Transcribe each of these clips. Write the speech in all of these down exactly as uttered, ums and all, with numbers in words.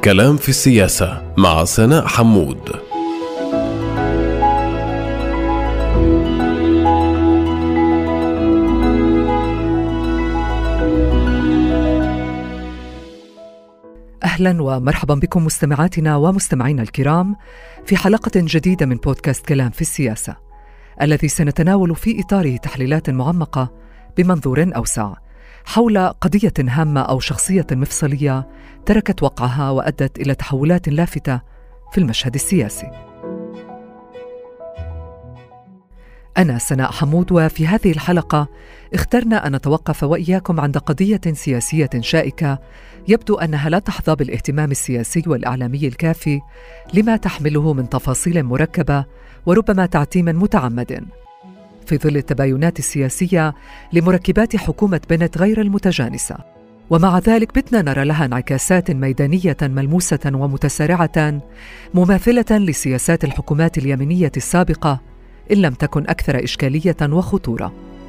كلام في السياسة مع سناء حمود. أهلا ومرحبا بكم مستمعاتنا ومستمعينا الكرام في حلقة جديدة من بودكاست كلام في السياسة، الذي سنتناول في إطاره تحليلات معمقة بمنظور أوسع حول قضية هامة أو شخصية مفصلية تركت وقعها وأدت إلى تحولات لافتة في المشهد السياسي. أنا سناء حمود، وفي هذه الحلقة اخترنا أن نتوقف وإياكم عند قضية سياسية شائكة يبدو أنها لا تحظى بالاهتمام السياسي والإعلامي الكافي لما تحمله من تفاصيل مركبة وربما تعتيم متعمد، في ظل التباينات السياسية لمركبات حكومة بنت غير المتجانسة، ومع ذلك بتنا نرى لها انعكاسات ميدانية ملموسة ومتسارعة مماثلة لسياسات الحكومات اليمنية السابقة إن لم تكن أكثر إشكالية وخطورة.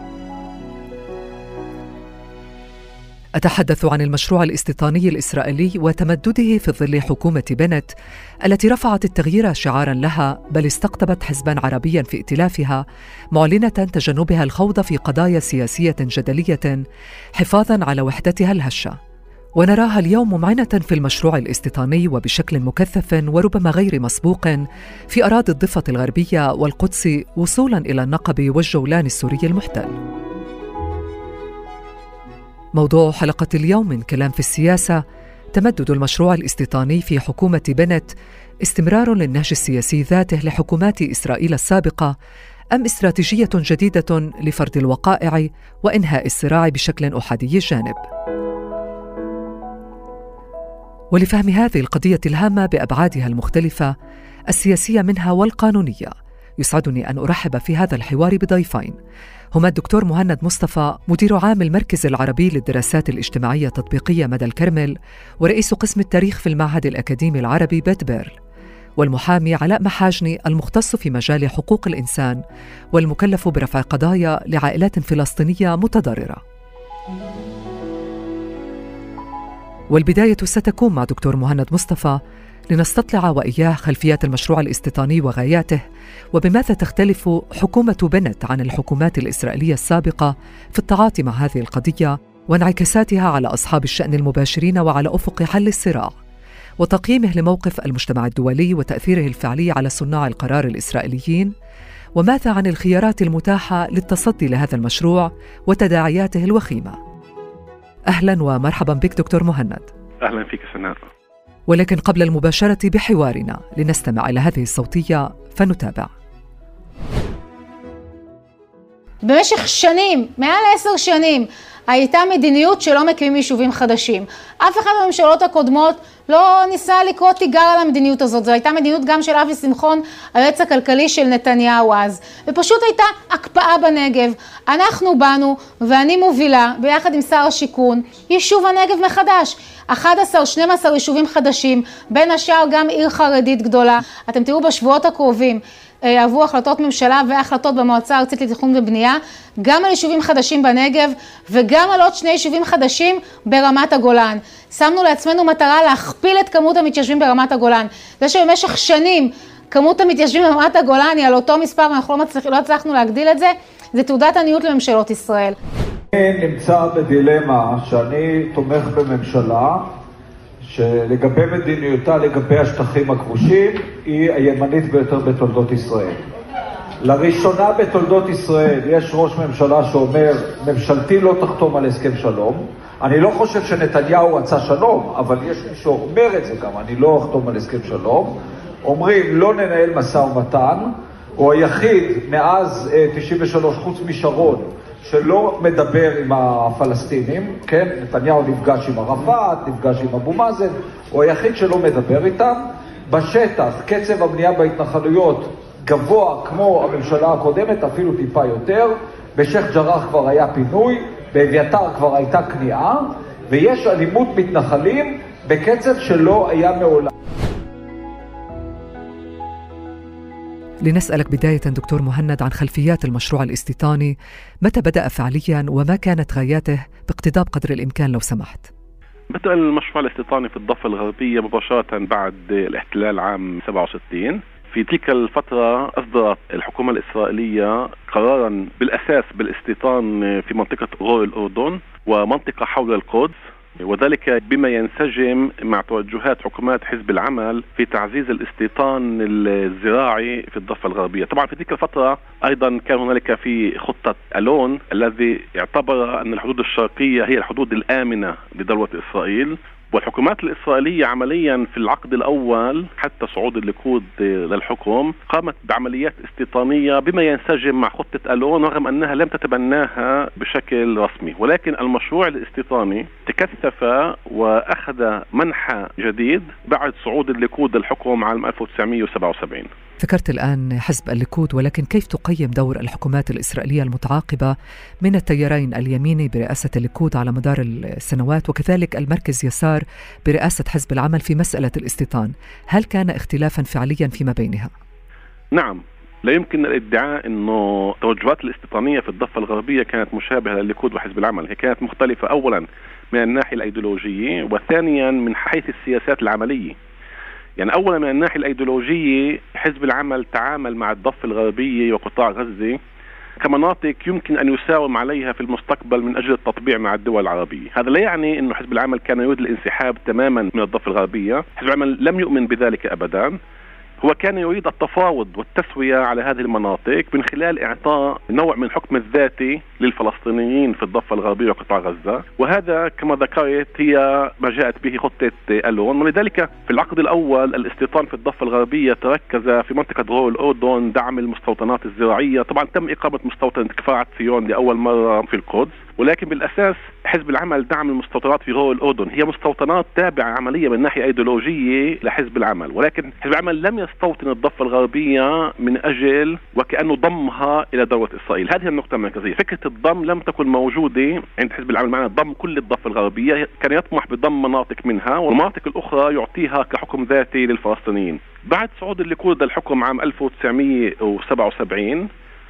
أتحدث عن المشروع الاستيطاني الإسرائيلي وتمدده في ظل حكومة بنت التي رفعت التغيير شعاراً لها، بل استقطبت حزباً عربياً في ائتلافها معلنة تجنبها الخوض في قضايا سياسية جدلية حفاظاً على وحدتها الهشة. ونراها اليوم ممعنة في المشروع الاستيطاني وبشكل مكثف وربما غير مسبوق في أراضي الضفة الغربية والقدس وصولاً إلى النقب والجولان السوري المحتل. موضوع حلقة اليوم من كلام في السياسة: تمدد المشروع الاستيطاني في حكومة بنت استمرار للنهج السياسي ذاته لحكومات إسرائيل السابقة، أم استراتيجية جديدة لفرض الوقائع وإنهاء الصراع بشكل أحادي الجانب؟ ولفهم هذه القضية الهامة بأبعادها المختلفة السياسية منها والقانونية، يسعدني أن أرحب في هذا الحوار بضيفين، هما الدكتور مهند مصطفى، مدير عام المركز العربي للدراسات الاجتماعية التطبيقية مدى الكرمل ورئيس قسم التاريخ في المعهد الأكاديمي العربي بيت بيرل، والمحامي علاء محاجني المختص في مجال حقوق الإنسان والمكلف برفع قضايا لعائلات فلسطينية متضررة. والبداية ستكون مع دكتور مهند مصطفى لنستطلع وإياه خلفيات المشروع الاستيطاني وغاياته، وبماذا تختلف حكومة بنت عن الحكومات الإسرائيلية السابقة في التعاطي مع هذه القضية وانعكاساتها على أصحاب الشأن المباشرين وعلى أفق حل الصراع، وتقييمه لموقف المجتمع الدولي وتأثيره الفعلي على صناع القرار الإسرائيليين، وماذا عن الخيارات المتاحة للتصدي لهذا المشروع وتداعياته الوخيمة. أهلا ومرحبا بك دكتور مهند. أهلا فيك سناء. ولكن قبل المباشرة بحوارنا لنستمع إلى هذه الصوتية فنتابع. במשך שנים, מעל עשר שנים, הייתה מדיניות שלא מקימים יישובים חדשים. אף אחד בממשלות הקודמות לא ניסה לקרוא תיגר על המדיניות הזאת. זו הייתה מדיניות גם של אבי שמחון, היועץ הכלכלי של נתניהו אז. ופשוט הייתה הקפאה בנגב. אנחנו באנו, ואני מובילה, ביחד עם שר השיכון, יישוב הנגב מחדש. אחד עשר שנים עשר יישובים חדשים, בין השאר גם עיר חרדית גדולה. אתם תראו בשבועות הקרובים, עברו החלטות ממשלה והחלטות במועצה הארצית לתכנון ובנייה, גם על יישובים חדשים בנגב וגם על עוד שני יישובים חדשים ברמת הגולן. שמנו לעצמנו מטרה להכפיל את כמות המתיישבים ברמת הגולן. זה שבמשך שנים כמות המתיישבים ברמת הגולן היא על אותו מספר, ואנחנו לא, מצליח, לא הצלחנו להגדיל את זה, זה תעודת עניות לממשלות ישראל. אני נמצא בדילמה שאני תומך בממשלה שלגבי מדיניותה, לגבי השטחים הכבושים, היא הימנית ביותר בתולדות ישראל. לראשונה בתולדות ישראל יש ראש ממשלה שאומר, ממשלתי לא תחתום על הסכם שלום. אני לא חושב שנתניהו רצה שלום, אבל יש מי שאומר את זה גם, אני לא אחתום על הסכם שלום. אומרים, לא ננהל משא ומתן. הוא היחיד מאז תשעים ושלוש, חוץ משרון, שלא מדבר עם הפלסטינים, כן? נתניהו נפגש עם ערפאת, נפגש עם אבו מאזן, הוא היחיד שלא מדבר איתם. בשטח, קצב הבנייה בהתנחלויות גבוה כמו הממשלה הקודמת, אפילו טיפה יותר. בשייח' ג'ראח כבר היה פינוי, באביתר כבר הייתה כניעה, ויש אלימות מתנחלים בקצב שלא היה מעולם. لنسألك بداية دكتور مهند عن خلفيات المشروع الاستيطاني، متى بدأ فعلياً وما كانت غاياته باقتضاب قدر الإمكان لو سمحت؟ بدأ المشروع الاستيطاني في الضفة الغربية مباشرة بعد الاحتلال عام سبعة وستين. في تلك الفترة أصدرت الحكومة الإسرائيلية قرارا بالأساس بالاستيطان في منطقة غور الأردن ومنطقة حول القدس، وذلك بما ينسجم مع توجهات حكومات حزب العمل في تعزيز الاستيطان الزراعي في الضفة الغربية. طبعا في تلك الفترة أيضا كان هنالك في خطة ألون الذي اعتبر أن الحدود الشرقية هي الحدود الآمنة لدولة إسرائيل، والحكومات الإسرائيلية عمليا في العقد الأول حتى صعود الليكود للحكم قامت بعمليات استيطانية بما ينسجم مع خطة ألون رغم أنها لم تتبناها بشكل رسمي، ولكن المشروع الاستيطاني تكثف وأخذ منحى جديد بعد صعود الليكود للحكم عام ألف وتسعمائة وسبعة وسبعين. ذكرت الآن حزب الليكود، ولكن كيف تقيم دور الحكومات الإسرائيلية المتعاقبة من التيارين اليميني برئاسة الليكود على مدار السنوات وكذلك المركز يسار برئاسة حزب العمل في مسألة الاستيطان؟ هل كان اختلافا فعليا فيما بينها؟ نعم، لا يمكن الادعاء أنه توجهات الاستيطانية في الضفة الغربية كانت مشابهة للليكود وحزب العمل. هي كانت مختلفة أولا من الناحية الأيديولوجية، وثانيا من حيث السياسات العملية. يعني أولا من الناحية الأيديولوجية حزب العمل تعامل مع الضفة الغربية وقطاع غزة كمناطق يمكن أن يساوم عليها في المستقبل من أجل التطبيع مع الدول العربية. هذا لا يعني أنه حزب العمل كان يريد الانسحاب تماما من الضفة الغربية، حزب العمل لم يؤمن بذلك أبدا. هو كان يريد التفاوض والتسوية على هذه المناطق من خلال إعطاء نوع من الحكم الذاتي للفلسطينيين في الضفة الغربية وقطاع غزة، وهذا كما ذكرت هي ما جاءت به خطة ألون. ولذلك في العقد الأول الاستيطان في الضفة الغربية تركز في منطقة غور الأردن، دعم المستوطنات الزراعية. طبعا تم إقامة مستوطنة كفار عتسيون لأول مرة في القدس، ولكن بالأساس حزب العمل دعم المستوطنات في غور الأردن. هي مستوطنات تابعة عملية من ناحية أيديولوجية لحزب العمل، ولكن حزب العمل لم يستوطن الضفة الغربية من أجل وكأنه ضمها إلى دولة إسرائيل. هذه النقطة المركزية. فكرة الضم لم تكن موجودة عند حزب العمل، معنى ضم كل الضفة الغربية، كان يطمح بضم مناطق منها والمناطق الأخرى يعطيها كحكم ذاتي للفلسطينيين. بعد صعود الليكود للحكم عام ألف وتسعمائة وسبعة وسبعين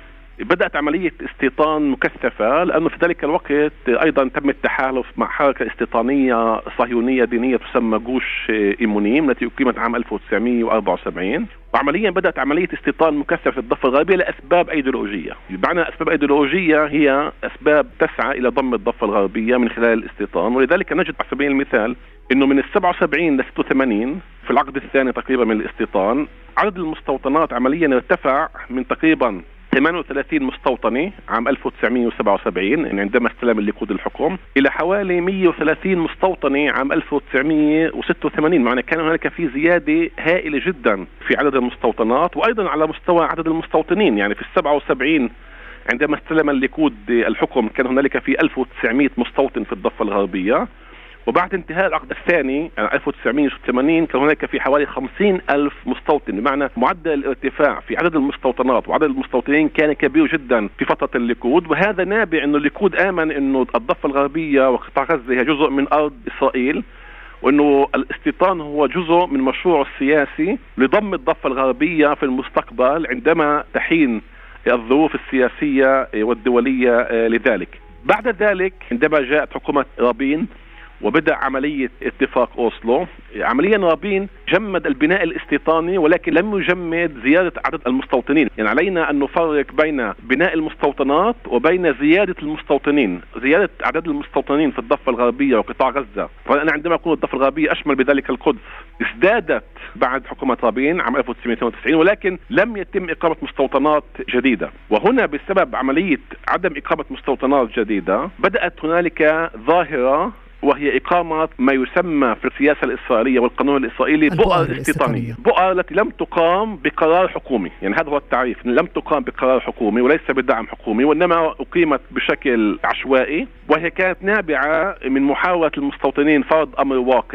بدأت عملية استيطان مكثفة، لأنه في ذلك الوقت أيضا تم التحالف مع حركة استيطانية صهيونية دينية تسمى جوش إيمونيم التي أقيمت عام ألف وتسعمائة وأربعة وسبعين، وعمليا بدأت عملية استيطان مكثف في الضفة الغربية لأسباب أيديولوجية. بمعنى أسباب أيديولوجية هي أسباب تسعى إلى ضم الضفة الغربية من خلال الاستيطان. ولذلك نجد على سبيل المثال أنه من السبعة وسبعين لستة وثمانين في العقد الثاني تقريبا من الاستيطان عدد المستوطنات عمليا ارتفع من تقريبا ثمانية وثلاثين مستوطنة عام ألف وتسعمائة وسبعة وسبعين عندما استلم الليكود الحكم إلى حوالي مئة وثلاثين مستوطنة عام ألف وتسعمائة وستة وثمانين. معنى كان هناك في زيادة هائلة جدا في عدد المستوطنات وأيضا على مستوى عدد المستوطنين. يعني في السبعة وسبعين عندما استلم الليكود الحكم كان هنالك في ألف وتسعمائة مستوطن في الضفة الغربية، وبعد انتهاء العقد الثاني ألف وتسعمائة وستة وثمانين كان هناك في حوالي خمسين ألف مستوطن. بمعنى معدل الارتفاع في عدد المستوطنات وعدد المستوطنين كان كبير جدا في فترة الليكود، وهذا نابع أنه الليكود آمن أنه الضفة الغربية وقطاع غزة هي جزء من أرض إسرائيل، وأنه الاستيطان هو جزء من مشروع السياسي لضم الضفة الغربية في المستقبل عندما تحين الظروف السياسية والدولية لذلك. بعد ذلك عندما جاءت حكومة رابين وبدأ عملية اتفاق أوسلو، عمليا رابين جمد البناء الاستيطاني ولكن لم يجمد زيادة عدد المستوطنين. يعني علينا أن نفرق بين بناء المستوطنات وبين زيادة المستوطنين. زيادة عدد المستوطنين في الضفة الغربية وقطاع غزة، وأنا عندما أقول الضفة الغربية أشمل بذلك القدس، ازدادت بعد حكومة رابين عام ألف وتسعمائة واثنين وتسعين، ولكن لم يتم إقامة مستوطنات جديدة. وهنا بسبب عملية عدم إقامة مستوطنات جديدة بدأت هنالك ظاهرة وهي إقامة ما يسمى في السياسة الإسرائيلية والقانون الإسرائيلي بؤر استيطانية، بؤر التي لم تقام بقرار حكومي. يعني هذا هو التعريف، لم تقام بقرار حكومي وليس بدعم حكومي، وإنما أقيمت بشكل عشوائي، وهي كانت نابعة من محاولة المستوطنين فرض أمر واقع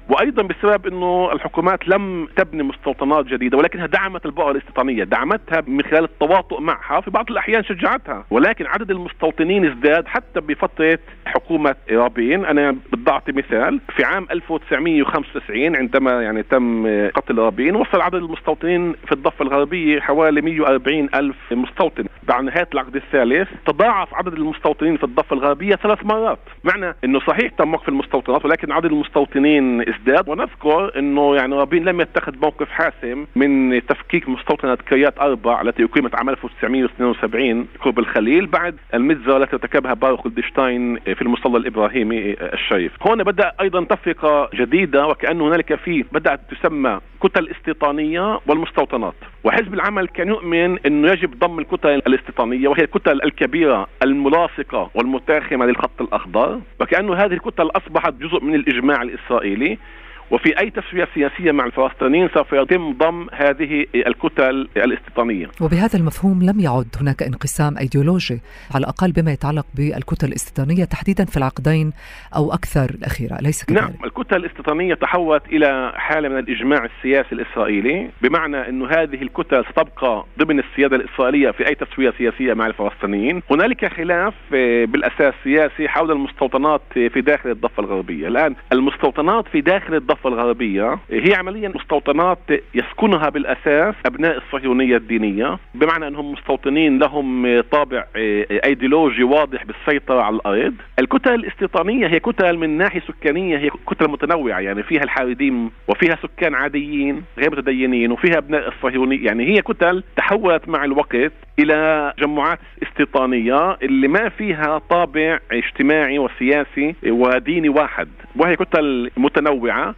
وأيضا بسبب أنه الحكومات لم تبني مستوطنات جديدة، ولكنها دعمت البؤر الاستيطانية، دعمتها من خلال التواطؤ معها، في بعض الأحيان شجعتها، ولكن عدد المستوطنين ازداد حتى بفترة حكومة رابين. أنا بدي أعطي مثال، في عام ألف وتسعمئة وخمسة وتسعين عندما يعني تم قتل رابين وصل عدد المستوطنين في الضفة الغربية حوالي مئة وأربعين ألف مستوطن. بعد نهاية العقد الثالث تضاعف عدد المستوطنين في الضفة الغربية ثلاث مرات، معنى أنه صحيح تم وقف المستوطنات ولكن عدد المستوطنين ازداد. ونذكر أنه يعني رابين لم يتخذ موقف حاسم من تفكيك مستوطنة كريات أربع التي أقيمت عام ألف وتسعمئة واثنين وسبعين قرب الخليل بعد المجزرة التي ارتكبها باروخ جولدشتاين في المصلى الإبراهيمي الشريف. هنا بدأ أيضا تفرقة جديدة، وكأنه هنالك في بدأت تسمى كتل استيطانية والمستوطنات. وحزب العمل كان يؤمن أنه يجب ضم الكتل الاستيطانية وهي الكتل الكبيرة الملاصقة والمتاخمة للخط الأخضر، وكأنه هذه الكتل أصبحت جزء من الإجماع الإسرائيلي، وفي أي تسوية سياسية مع الفلسطينيين سوف يتم ضم هذه الكتل الاستيطانية. وبهذا المفهوم لم يعد هناك انقسام أيديولوجي على الأقل بما يتعلق بالكتل الاستيطانية تحديدا في العقدين أو أكثر الأخيرة، أليس كذلك؟ نعم، الكتل الاستيطانية تحولت إلى حالة من الإجماع السياسي الإسرائيلي، بمعنى أنه هذه الكتل ستبقى ضمن السيادة الإسرائيلية في أي تسوية سياسية مع الفلسطينيين. هنالك خلاف بالأساس سياسي حول المستوطنات في داخل الضفة الغربية. الآن المستوطنات في داخل الضفة الغربية هي عمليا مستوطنات يسكنها بالأساس أبناء الصهيونية الدينية، بمعنى أنهم مستوطنين لهم طابع أيديولوجي واضح بالسيطرة على الأرض. الكتل الاستيطانية هي كتل من ناحية سكانية هي كتل متنوعة، يعني فيها الحارديم وفيها سكان عاديين غير متدينين وفيها أبناء الصهيونية، يعني هي كتل تحولت مع الوقت إلى جماعات استيطانية اللي ما فيها طابع اجتماعي وسياسي وديني واحد، وهي كتل متنوعة.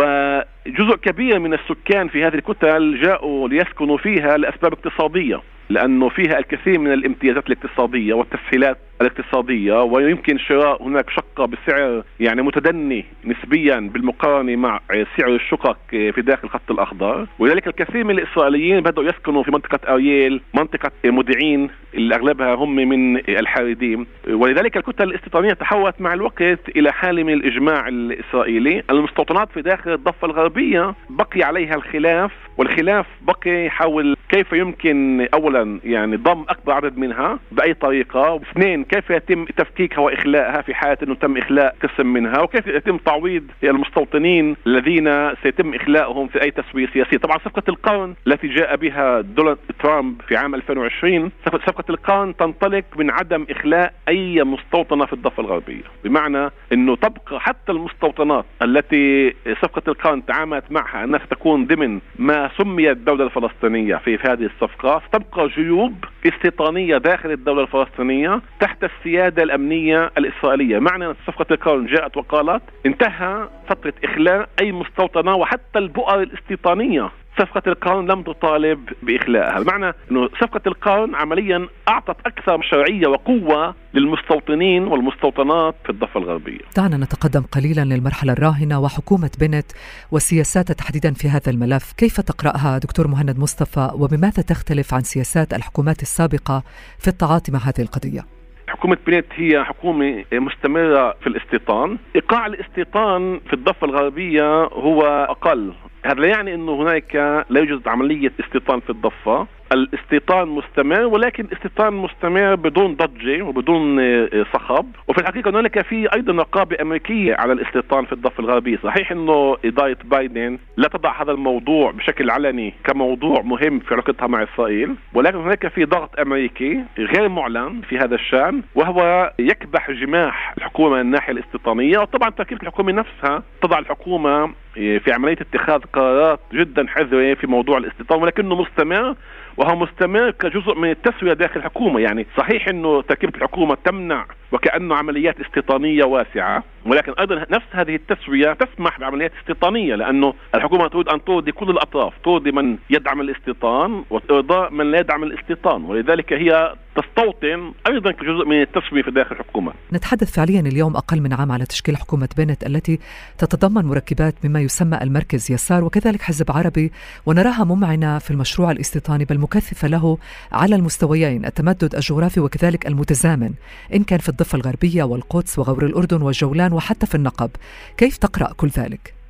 وجزء كبير من السكان في هذه الكتل جاءوا ليسكنوا فيها لأسباب اقتصادية، لأنه فيها الكثير من الامتيازات الاقتصادية والتسهيلات الاقتصادية، ويمكن شراء هناك شقة بسعر يعني متدني نسبيا بالمقارنة مع سعر الشقق في داخل الخط الأخضر. ولذلك الكثير من الإسرائيليين بدأوا يسكنوا في منطقة أرييل، منطقة مودعين اللي أغلبها هم من الحارديم. ولذلك الكتل الاستيطانية تحولت مع الوقت إلى حالة من الإجماع الإسرائيلي. المستوطنات في داخل الضفة الغربية بقي عليها الخلاف، والخلاف بقي حول كيف يمكن أولا يعني ضم أكبر عدد منها بأي طريقة، واثنين كيف يتم تفكيكها وإخلاءها في حالة أنه تم إخلاء قسم منها، وكيف يتم تعويض المستوطنين الذين سيتم إخلاؤهم في أي تسوية سياسية. طبعا صفقة القرن التي جاء بها دونالد ترامب في عام ألفين وعشرين، صفقة القرن تنطلق من عدم إخلاء أي مستوطنة في الضفة الغربية، بمعنى أنه تبقى حتى المستوطنات التي صفقة القرن تعاملت معها أنها ستكون ضمن ما سميت الدولة الفلسطينية في هذه الصفقة، ستبقى جيوب استيطانية داخل الدولة الفلسطينية تحت السيادة الأمنية الإسرائيلية. معنى صفقة القرن جاءت وقالت انتهى فترة إخلاء أي مستوطنة، وحتى البؤر الاستيطانية صفقة القرن لم تطالب بإخلاءها. بمعنى أنه صفقة القرن عمليا أعطت أكثر شرعية وقوة للمستوطنين والمستوطنات في الضفة الغربية. دعنا نتقدم قليلا للمرحلة الراهنة وحكومة بنت وسياساتها تحديدا في هذا الملف. كيف تقرأها دكتور مهند مصطفى، وبماذا تختلف عن سياسات الحكومات السابقة في التعاطي مع هذه القضية؟ حكومة بنت هي حكومة مستمرة في الاستيطان. إيقاع الاستيطان في الضفة الغربية هو أقل. هذا لا يعني أنه هناك لا يوجد عملية استيطان في الضفة. الاستيطان مستمر، ولكن استيطان مستمر بدون ضجة وبدون صخب. وفي الحقيقة هناك في أيضا رقابة أمريكية على الاستيطان في الضفة الغربية. صحيح أنه إدارة بايدن لا تضع هذا الموضوع بشكل علني كموضوع مهم في علاقتها مع إسرائيل، ولكن هناك في ضغط أمريكي غير معلن في هذا الشأن، وهو يكبح جماح الحكومة من الناحية الاستيطانية. وطبعا تركيبة الحكومة نفسها تضع الحكومة في عملية اتخاذ قرارات جدا حذرة في موضوع الاستيطان، ولكنه مستمر، وهو مستمر كجزء من التسوية داخل الحكومة. يعني صحيح أنه تركيبة الحكومة تمنع وكأنه عمليات استيطانية واسعة، ولكن أيضا نفس هذه التسوية تسمح بعمليات استيطانية، لأنه الحكومة تريد أن ترضي كل الأطراف، ترضي من يدعم الاستيطان وإرضاء من لا يدعم الاستيطان، ولذلك هي تستوطن أيضا كجزء من التسوية في داخل الحكومة. نتحدث فعليا اليوم أقل من عام على تشكيل حكومة بنت التي تتضمن مركبات مما يسمى المركز يسار وكذلك حزب عربي، ونراها ممعنة في المشروع الاستيطاني بل مكثفة له على المستويين التمدد الجغرافي وكذلك المتزامن، إن كان في الضفة الغربية والقدس وغور الأردن والجولان وحتى في النقب. كيف تقرأ كل ذلك؟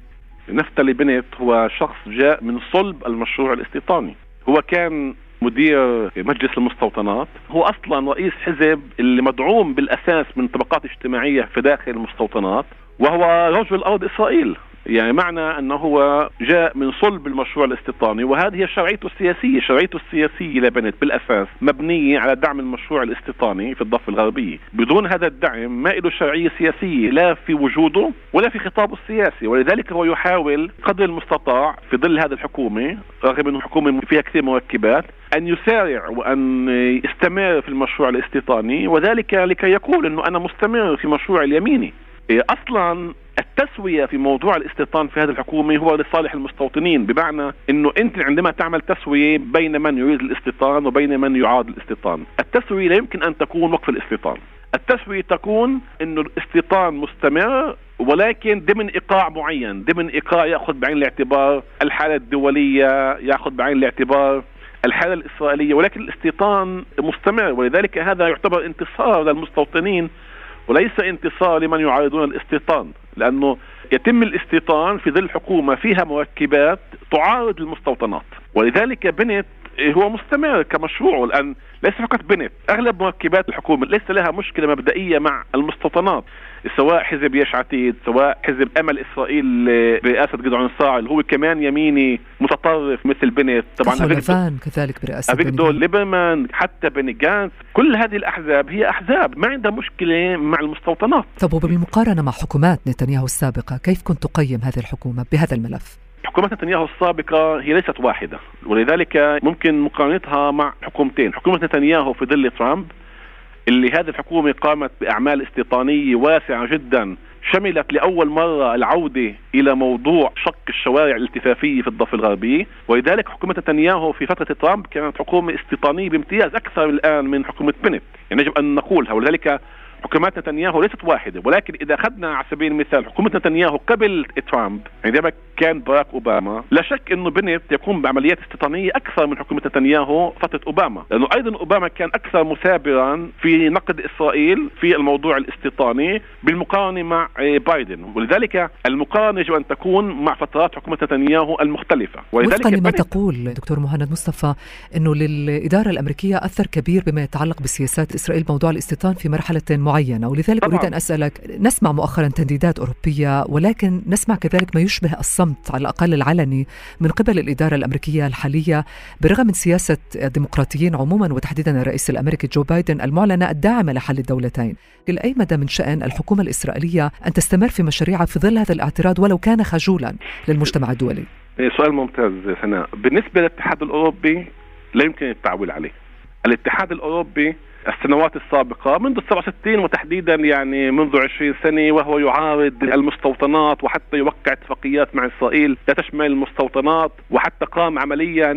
نفتالي بنت هو شخص جاء من صلب المشروع الاستيطاني. هو كان مدير مجلس المستوطنات، هو أصلا رئيس حزب اللي مدعوم بالأساس من طبقات اجتماعية في داخل المستوطنات، وهو رجل أرض إسرائيل. يعني معنى أنه هو جاء من صلب المشروع الاستيطاني، وهذه هي شرعيته السياسية. شرعيته السياسية لبنت بالأساس مبنية على دعم المشروع الاستيطاني في الضفة الغربية. بدون هذا الدعم ما له شرعية سياسية لا في وجوده ولا في خطابه السياسي، ولذلك هو يحاول قدر المستطاع في ظل هذه الحكومة، رغم أنه حكومة فيها كثير مركبات، أن يسارع وأن يستمر في المشروع الاستيطاني، وذلك لكي يقول أنه أنا مستمر في مشروع اليميني. أصلا التسوية في موضوع الاستيطان في هذه الحكومة هو لصالح المستوطنين، بمعنى أنه أنت عندما تعمل تسوية بين من يريد الاستيطان وبين من يعاد الاستيطان، التسوية لا يمكن أن تكون وقف الاستيطان. التسوية تكون أنه الاستيطان مستمر، ولكن ضمن إيقاع معين، ضمن إيقاع يأخذ بعين الاعتبار الحالة الدولية، يأخذ بعين الاعتبار الحالة الإسرائيلية، ولكن الاستيطان مستمر. ولذلك هذا يعتبر انتصار للمستوطنين وليس انتصار لمن يعارضون الاستيطان، لأنه يتم الاستيطان في ظل حكومة فيها مركبات تعارض المستوطنات. ولذلك بنت هو مستمر كمشروع الآن، ليس فقط بنت، أغلب مركبات الحكومة ليس لها مشكلة مبدئية مع المستوطنات، سواء حزب يش عتيد، سواء حزب أمل إسرائيل برئاسة جدعون صاعل، هو كمان يميني متطرف مثل بنت، طبعا فان كذلك برئاسة أفيغدور ليبرمان، حتى بني جانس. كل هذه الأحزاب هي أحزاب ما عندها مشكلة مع المستوطنات. طب وبالمقارنة مع حكومات نتنياهو السابقة، كيف كنت تقيم هذه الحكومة بهذا الملف؟ حكومة نتنياهو السابقة هي ليست واحدة، ولذلك ممكن مقارنتها مع حكومتين. حكومة نتنياهو في ظل ترامب، اللي هذه الحكومة قامت بأعمال استيطانية واسعة جدا، شملت لأول مرة العودة إلى موضوع شق الشوارع الالتفافية في الضفة الغربية. ولذلك حكومة نتنياهو في فترة ترامب كانت حكومة استيطانية بامتياز أكثر الآن من حكومة بنت، يعني يجب أن نقولها. ولذلك حكومات نتنياهو ليست واحدة. ولكن إذا أخذنا على سبيل المثال حكومة نتنياهو قبل ترامب عندما كان باراك أوباما، لا شك أنه بنت يقوم بعمليات استيطانية أكثر من حكومة نتنياهو فترة أوباما، لأنه أيضا أوباما كان أكثر مثابرا في نقد إسرائيل في الموضوع الاستيطاني بالمقارنة مع بايدن. ولذلك المقارنة يجب أن تكون مع فترات حكومة نتنياهو المختلفة. وفقا لما تقول دكتور مهند مصطفى أنه للإدارة الأمريكية أثر كبير بما يتعلق بسياسات إسرائيل موضوع الاستيطان في مرحلة معينة، ولذلك طبعا. أريد أن أسألك، نسمع مؤخرا تنديدات أوروبية، ولكن نسمع كذلك ما يشبه الصمت على الأقل العلني من قبل الإدارة الأمريكية الحالية، برغم من سياسة الديمقراطيين عموما وتحديدا الرئيس الأمريكي جو بايدن المعلنة الداعمة لحل الدولتين. إلى أي مدى من شأن الحكومة الإسرائيلية أن تستمر في مشاريعها في ظل هذا الاعتراض ولو كان خجولا للمجتمع الدولي؟ سؤال ممتاز سناء. بالنسبة للاتحاد الأوروبي لا يمكن التعويل عليه. الاتحاد الأوروبي السنوات السابقة منذ سبعة وستين وتحديدا يعني منذ عشرين سنة وهو يعارض المستوطنات، وحتى يوقع اتفاقيات مع إسرائيل لا تشمل المستوطنات، وحتى قام عمليا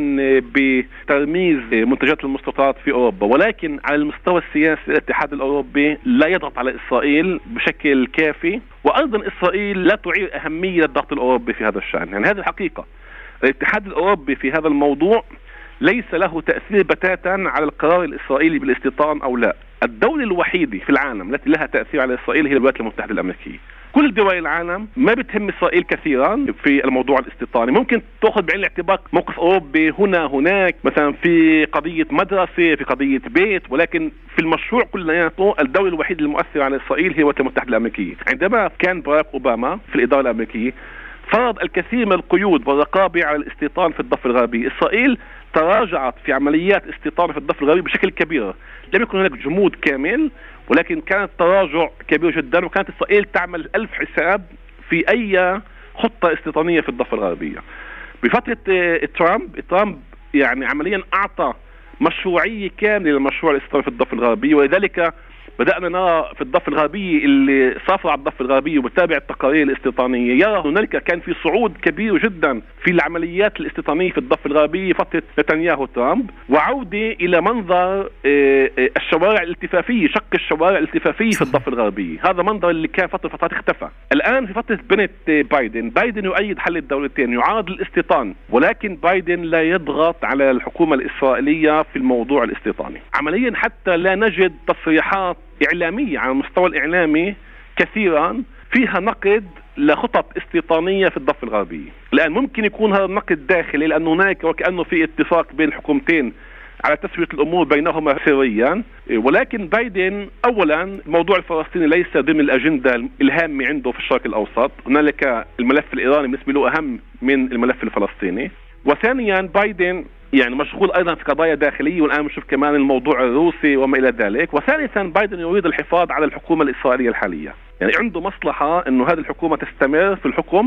بترميز منتجات المستوطنات في أوروبا. ولكن على المستوى السياسي الاتحاد الأوروبي لا يضغط على إسرائيل بشكل كافي، وأيضا إسرائيل لا تعير أهمية للضغط الأوروبي في هذا الشأن. يعني هذه الحقيقة. الاتحاد الأوروبي في هذا الموضوع ليس له تأثير بتاتا على القرار الإسرائيلي بالاستيطان أو لا. الدولة الوحيدة في العالم التي لها تأثير على إسرائيل هي الولايات المتحدة الأمريكية. كل دول العالم ما بتهم إسرائيل كثيرا في الموضوع الاستيطاني. ممكن تأخذ بعين الاعتبار موقف أوروبي هنا هناك، مثلا في قضية مدرسة، في قضية بيت، ولكن في المشروع كلياته الدولة الوحيدة المؤثرة على إسرائيل هي الولايات المتحدة الأمريكية. عندما كان باراك أوباما في الإدارة الأمريكية فرض الكثير من القيود والرقابة على الاستيطان في الضفة الغربية. إسرائيل تراجعت في عمليات استيطان في الضفة الغربية بشكل كبير، لم يكن هناك جمود كامل، ولكن كانت تراجع كبير جدا، وكانت إسرائيل تعمل ألف حساب في أي خطة استيطانية في الضفة الغربية. بفترة ترامب ترامب يعني عمليا أعطى مشروعية كاملة للمشروع الاستيطاني في الضفة الغربية، ولذلك بدأنا نرى في الضفة الغربية اللي سافر على الضفة الغربية وبتابع التقارير الاستيطانية يرى هنالك كان في صعود كبير جدا في العمليات الاستيطانية في الضفة الغربية فترة نتنياهو ترامب، وعودة إلى منظر الشوارع الالتفافية، شق الشوارع الالتفافية في الضفة الغربية. هذا منظر اللي كان فترة فترات اختفى. الآن في فترة بنت بايدن بايدن يؤيد حل الدولتين، يعارض الاستيطان، ولكن بايدن لا يضغط على الحكومة الإسرائيلية في الموضوع الاستيطاني. عمليا حتى لا نجد تصريحات إعلامية على المستوى الإعلامي كثيرا فيها نقد لخطط استيطانية في الضفة الغربية. الآن ممكن يكون هذا النقد داخلي لأن هناك وكأنه في اتفاق بين الحكومتين على تسوية الأمور بينهما سريا، ولكن بايدن أولا الموضوع الفلسطيني ليس ضمن الأجندة الهامة عنده في الشرق الأوسط، هنالك الملف الإيراني بالنسبة له أهم من الملف الفلسطيني. وثانيا بايدن يعني مشغول أيضا في قضايا داخلية، والآن بنشوف كمان الموضوع الروسي وما إلى ذلك. وثالثا بايدن يريد الحفاظ على الحكومة الإسرائيلية الحالية، يعني عنده مصلحة أنه هذه الحكومة تستمر في الحكم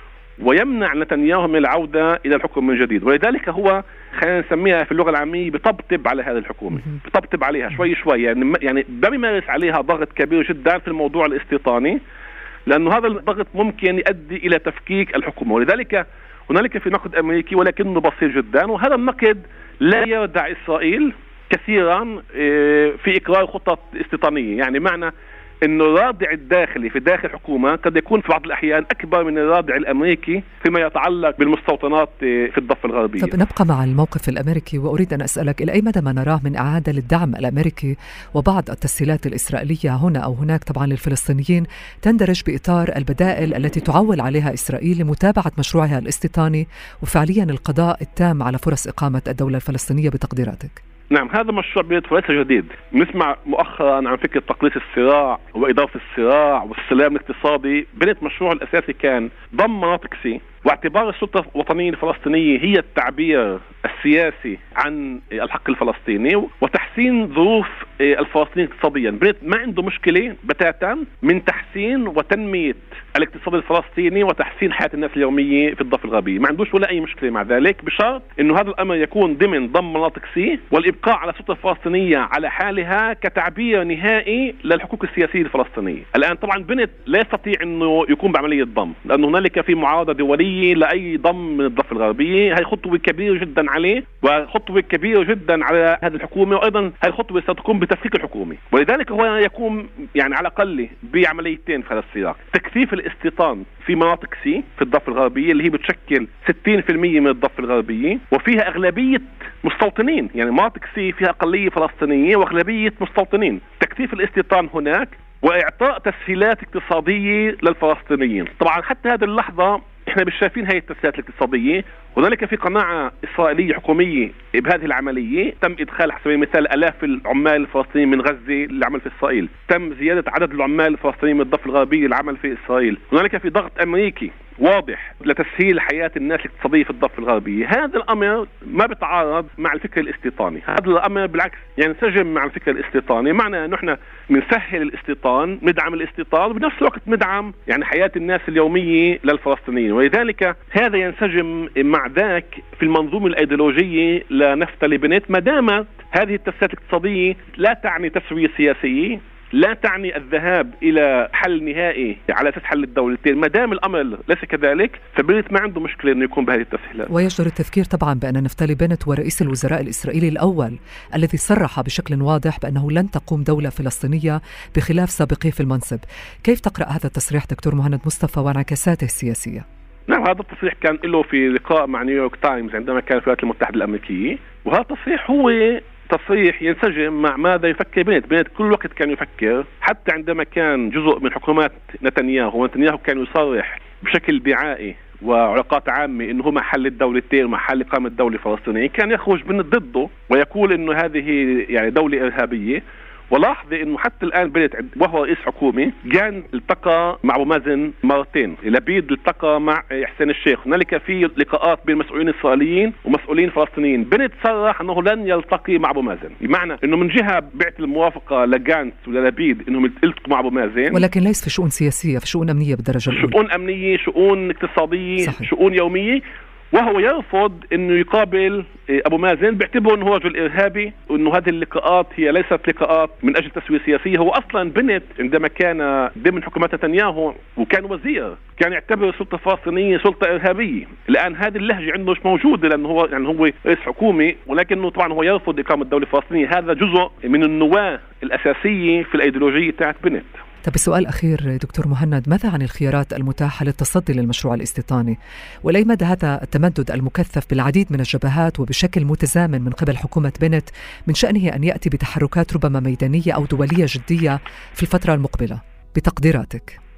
ويمنع نتنياهو من العودة إلى الحكم من جديد. ولذلك هو خلينا نسميها في اللغة العامية بطبطب على هذه الحكومة، بطبطب عليها شوي شوي، يعني يعني بيمارس عليها ضغط كبير جدا في الموضوع الاستيطاني، لأنه هذا الضغط ممكن يؤدي إلى تفكيك الحكومة. ولذلك هنالك في نقد أمريكي ولكنه بسيط جدا، وهذا النقد لا يردع إسرائيل كثيرا في إقرار خطط استيطانية. يعني معنى انه الرادع الداخلي في داخل الحكومه قد يكون في بعض الاحيان اكبر من الرادع الامريكي فيما يتعلق بالمستوطنات في الضفه الغربيه. طب نبقى مع الموقف الامريكي، واريد ان اسالك الى اي مدى ما نراه من اعاده للدعم الامريكي وبعض التسهيلات الاسرائيليه هنا او هناك طبعا للفلسطينيين تندرج باطار البدائل التي تعول عليها اسرائيل لمتابعه مشروعها الاستيطاني وفعليا القضاء التام على فرص اقامه الدوله الفلسطينيه بتقديراتك؟ نعم، هذا مشروع بنت وليس جديد. نسمع مؤخرا عن فكرة تقليص الصراع وإضافة الصراع والسلام الاقتصادي. بنت مشروع الأساسي كان ضم مناطق سي واعتبار السلطة الوطنية الفلسطينية هي التعبير السياسي عن الحق الفلسطيني وتحسين ظروف الفلسطينيين اقتصاديا. بنت ما عنده مشكلة بتاتا من تحسين وتنمية الاقتصاد الفلسطيني وتحسين حياة الناس اليومية في الضفة الغربية، ما عندوش ولا أي مشكلة مع ذلك، بشرط إنه هذا الأمر يكون ضمن ضم مناطق سي والإبقاء على السلطة الفلسطينية على حالها كتعبير نهائي للحقوق السياسية الفلسطينية. الآن طبعا بنت لا يستطيع إنه يكون بعملية ضم، لأنه هنالك في معارضة دولية لأي ضم من الضفة الغربية. هاي خطوة كبيرة جدا عليه وخطوة كبيرة جدا على هذه الحكومة، وأيضا هاي الخطوة ستكون بتفكيك الحكومة. ولذلك هو يقوم يعني على الأقل بعمليتين في هذا السياق: تكثيف الاستيطان في مناطق سي في الضفة الغربية اللي هي بتشكل ستين بالمئة من الضفة الغربية وفيها أغلبية مستوطنين، يعني مناطق سي فيها أقلية فلسطينية وأغلبية مستوطنين. تكثيف الاستيطان هناك وإعطاء تسهيلات اقتصادية للفلسطينيين. طبعا حتى هذه اللحظة احنا مش شايفين هاي التسهيلات الاقتصادية. هنالك في قناعة إسرائيلية حكومية بهذه العملية. تم إدخال حسب المثال آلاف العمال الفلسطينيين من غزة للعمل في إسرائيل، تم زيادة عدد العمال الفلسطينيين من الضفة الغربية للعمل في إسرائيل. هنالك في ضغط أمريكي واضح لتسهيل حياة الناس الاقتصادية في الضفة الغربية. هذا الأمر ما بيتعارض مع الفكر الاستيطاني، هذا الأمر بالعكس ينسجم مع الفكر الاستيطاني. معنى أنه احنا بنسهل الاستيطان، ندعم الاستيطان، وبنفس الوقت ندعم يعني حياة الناس اليومية للفلسطينيين. ولذلك هذا ينسجم مع ذاك في المنظومة الأيديولوجية لنفتالي بنت، ما دامت هذه التسهيلات الاقتصادية لا تعني تسوية سياسية، لا تعني الذهاب إلى حل نهائي على أساس حل الدولتين. ما دام الأمر ليس كذلك فبنت ما عنده مشكلة إنه يكون بهذه التسهيلات. ويجدر التذكير طبعا بأن نفتالي بنت هو رئيس الوزراء الإسرائيلي الأول الذي صرح بشكل واضح بأنه لن تقوم دولة فلسطينية بخلاف سابقيه في المنصب. كيف تقرأ هذا التصريح دكتور مهند مصطفى وانعكاساته السياسية؟ نعم، هذا التصريح كان له في لقاء مع نيويورك تايمز عندما كان في الولايات المتحدة الأمريكية، وهذا التصريح هو تصريح ينسجم مع ماذا يفكر بنت. بنت كل وقت كان يفكر، حتى عندما كان جزء من حكومات نتنياهو ونتنياهو كان يصرح بشكل دعائي وعلاقات عامة إنه هو محل الدولتين ومحل إقامة دولة فلسطينية، كان يخرج بنت ضده ويقول إنه هذه يعني دولة إرهابية. ولاحظ انه حتى الان بنت وهو رئيس حكومه كان التقى مع ابو مازن مرتين، لبيد التقى مع حسين الشيخ، هنالك في لقاءات بين مسؤولين اسرائيليين ومسؤولين فلسطينيين. بنت صرح انه لن يلتقي مع ابو مازن، بمعنى انه من جهه بعت الموافقه لجانس وللبيد انهم يلتقوا مع ابو مازن، ولكن ليس في شؤون سياسيه، في شؤون امنيه بالدرجه الاولى، شؤون امنيه، شؤون اقتصاديه، صحيح. شؤون يوميه. وهو يرفض انه يقابل ابو مازن، بيعتبره انه هو رجل ارهابي، وانه هذه اللقاءات هي ليست لقاءات من اجل تسويه سياسيه. هو اصلا بنت عندما كان ضمن حكومات نتنياهو وكان وزير كان يعتبر السلطه الفلسطينيه سلطه ارهابيه. الان هذه اللهجه عنده مش موجوده لانه هو يعني هو رئيس حكومه، ولكنه طبعا هو يرفض اقامه دوله فلسطينيه. هذا جزء من النواه الاساسيه في الايديولوجيه تاعت بنت. طب السؤال الأخير دكتور مهند، ماذا عن الخيارات المتاحة للتصدي للمشروع الاستيطاني؟ ولأي مدى هذا التمدد المكثف بالعديد من الجبهات وبشكل متزامن من قبل حكومة بنت من شأنه أن يأتي بتحركات ربما ميدانية أو دولية جدية في الفترة المقبلة بتقديراتك؟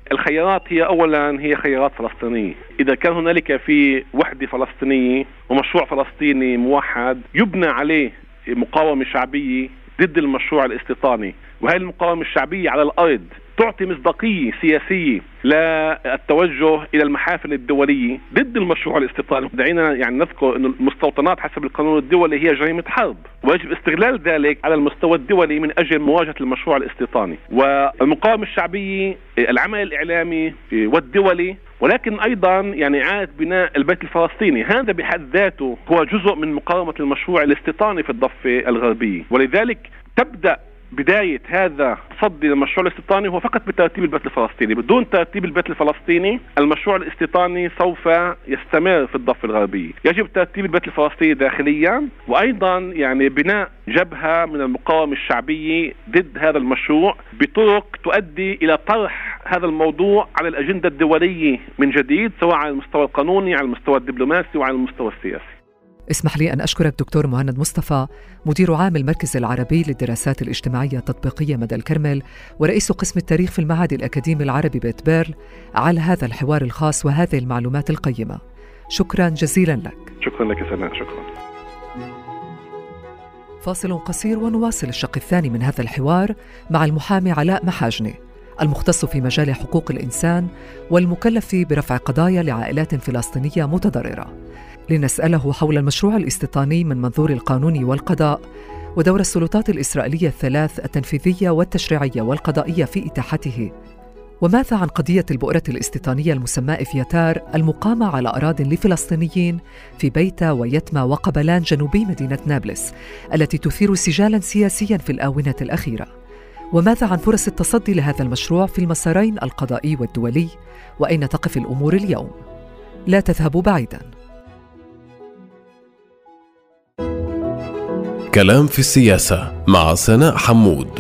الخيارات هي أولا هي خيارات فلسطينية. إذا كان هنالك في وحدة فلسطينية ومشروع فلسطيني موحد يبنى عليه مقاومة شعبية ضد المشروع الاستيطاني، وهي المقاومة الشعبية على الأرض تعطي مصداقية سياسية للتوجه إلى المحافل الدولية ضد المشروع الاستيطاني. دعينا يعني نذكر أن المستوطنات حسب القانون الدولي هي جريمة حرب، ويجب استغلال ذلك على المستوى الدولي من أجل مواجهة المشروع الاستيطاني. والمقاومة الشعبية، العمل الإعلامي والدولي، ولكن أيضا يعني إعادة بناء البيت الفلسطيني، هذا بحد ذاته هو جزء من مقاومة المشروع الاستيطاني في الضفة الغربية. ولذلك تبدأ بداية هذا تصدي للمشروع الاستيطاني هو فقط بترتيب البيت الفلسطيني. بدون ترتيب البيت الفلسطيني المشروع الاستيطاني سوف يستمر في الضفة الغربية. يجب ترتيب البيت الفلسطيني داخليا، وأيضا يعني بناء جبهة من المقاومة الشعبية ضد هذا المشروع بطرق تؤدي إلى طرح هذا الموضوع على الأجندة الدولية من جديد، سواء على المستوى القانوني، على المستوى الدبلوماسي، وعلى المستوى السياسي. اسمح لي أن أشكرك دكتور مهند مصطفى، مدير عام المركز العربي للدراسات الاجتماعية التطبيقية مدى الكرمل ورئيس قسم التاريخ في المعهد الأكاديمي العربي بيت بيرل، على هذا الحوار الخاص وهذه المعلومات القيمة. شكرا جزيلا لك. شكرا لك سناء. شكرا. فاصل قصير ونواصل الشق الثاني من هذا الحوار مع المحامي علاء محاجني، المختص في مجال حقوق الإنسان والمكلف برفع قضايا لعائلات فلسطينية متضررة، لنسأله حول المشروع الاستيطاني من منظور القانون والقضاء، ودور السلطات الإسرائيلية الثلاث التنفيذية والتشريعية والقضائية في إتاحته، وماذا عن قضية البؤرة الاستيطانية المسماة إفياتار المقامة على أراضٍ لفلسطينيين في بيتا ويتما وقبلان جنوبي مدينة نابلس التي تثير سجالاً سياسياً في الآونة الأخيرة، وماذا عن فرص التصدي لهذا المشروع في المسارين القضائي والدولي، وأين تقف الأمور اليوم؟ لا تذهبوا بعيداً. كلام في السياسة مع سناء حمود.